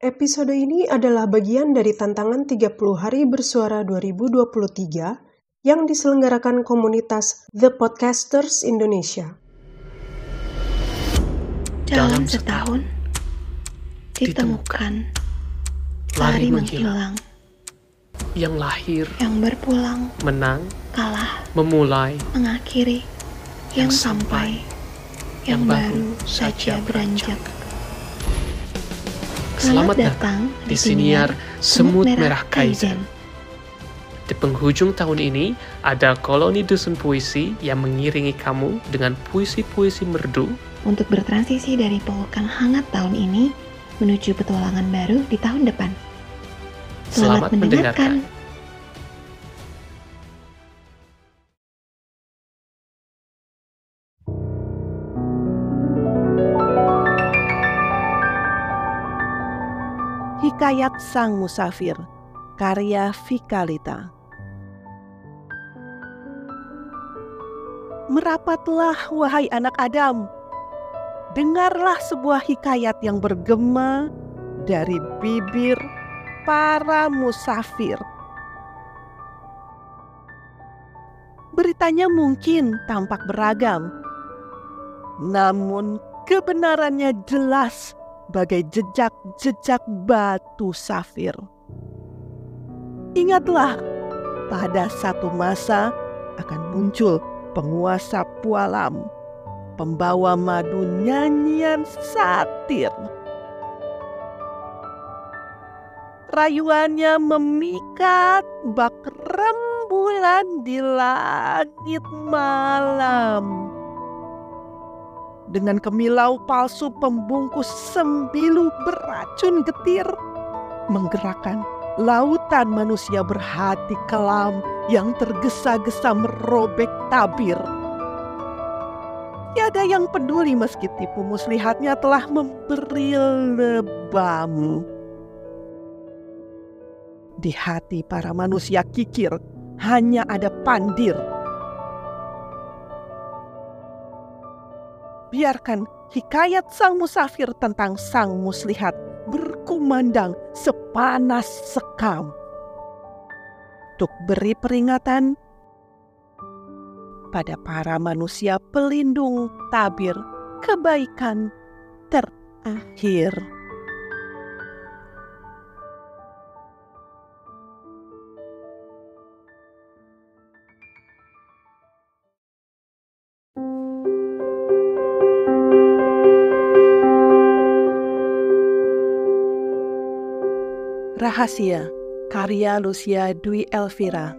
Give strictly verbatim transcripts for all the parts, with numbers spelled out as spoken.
Episode ini adalah bagian dari tantangan tiga puluh Hari Bersuara dua ribu dua puluh tiga yang diselenggarakan komunitas The Podcasters Indonesia. Dalam setahun, ditemukan, lari menghilang, yang lahir, yang berpulang, menang, kalah, memulai, mengakhiri, yang, yang sampai, sampai, yang, yang baru baru saja beranjak. Selamat datang di Siniar Semut Merah Kaizen. Di penghujung tahun ini, ada koloni dusun puisi yang mengiringi kamu dengan puisi-puisi merdu Untuk bertransisi dari pelukan hangat tahun ini menuju petualangan baru di tahun depan. Selamat, Selamat mendengarkan. mendengarkan. Hikayat Sang Musafir, karya Vikalita. Merapatlah wahai anak Adam, dengarlah sebuah hikayat yang bergema dari bibir para musafir. Beritanya mungkin tampak beragam, namun kebenarannya jelas bagai jejak-jejak batu safir. Ingatlah, pada satu masa akan muncul penguasa pualam, pembawa madu nyanyian satir. Rayuannya memikat bak rembulan di langit malam. Dengan kemilau palsu pembungkus sembilu beracun getir, menggerakkan lautan manusia berhati kelam yang tergesa-gesa merobek tabir. Tiada yang peduli meski tipu muslihatnya telah memberi lebam. Di hati para manusia kikir hanya ada pandir. Biarkan hikayat sang musafir tentang sang muslihat berkumandang sepanas sekam. Untuk beri peringatan pada para manusia pelindung tabir kebaikan terakhir. Rahasia, karya Lucia Dwi Elvira.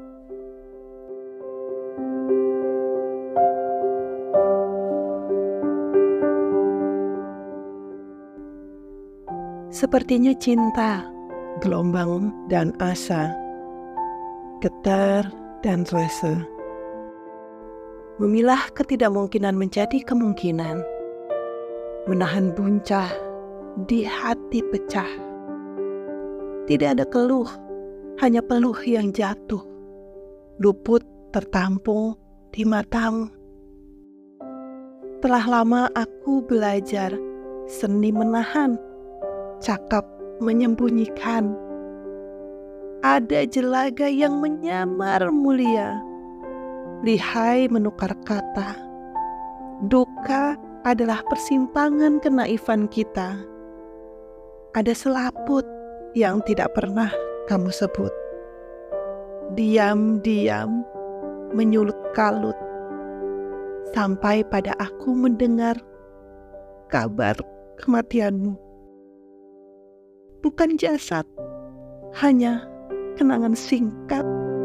Sepertinya cinta, gelombang dan asa, getar dan rasa. Memilah ketidakmungkinan menjadi kemungkinan, menahan buncah di hati pecah. Tidak ada keluh, hanya peluh yang jatuh, luput tertampung di matamu. Telah lama aku belajar seni menahan, cakap menyembunyikan. Ada jelaga yang menyamar mulia, lihai menukar kata. Duka adalah persimpangan kenaifan kita. Ada selaput yang tidak pernah kamu sebut. Diam-diam menyulut kalut, sampai pada aku mendengar kabar kematianmu. Bukan jasad, hanya kenangan singkat.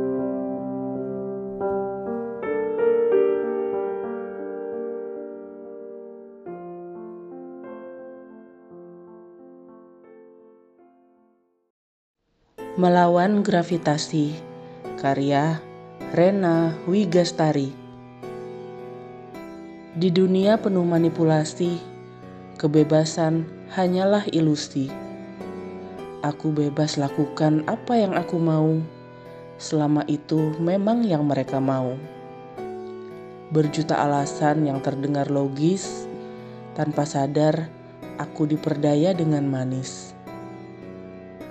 Melawan Gravitasi, karya Rena Wigastari. Di dunia penuh manipulasi, kebebasan hanyalah ilusi. Aku bebas lakukan apa yang aku mau, selama itu memang yang mereka mau. Berjuta alasan yang terdengar logis, tanpa sadar aku diperdaya dengan manis.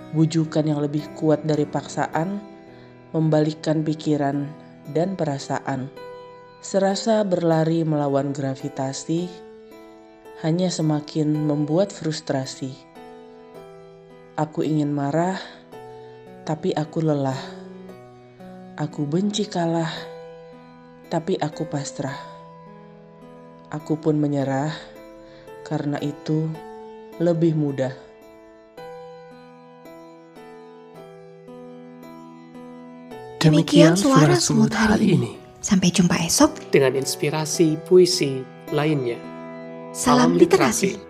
Bujukan yang lebih kuat dari paksaan membalikkan pikiran dan perasaan. Serasa berlari melawan gravitasi hanya semakin membuat frustrasi. Aku ingin marah, tapi aku lelah. Aku benci kalah, tapi aku pasrah. Aku pun menyerah, karena itu lebih mudah. Demikian suara semut hari ini. Sampai jumpa esok. Dengan inspirasi puisi lainnya. Salam literasi.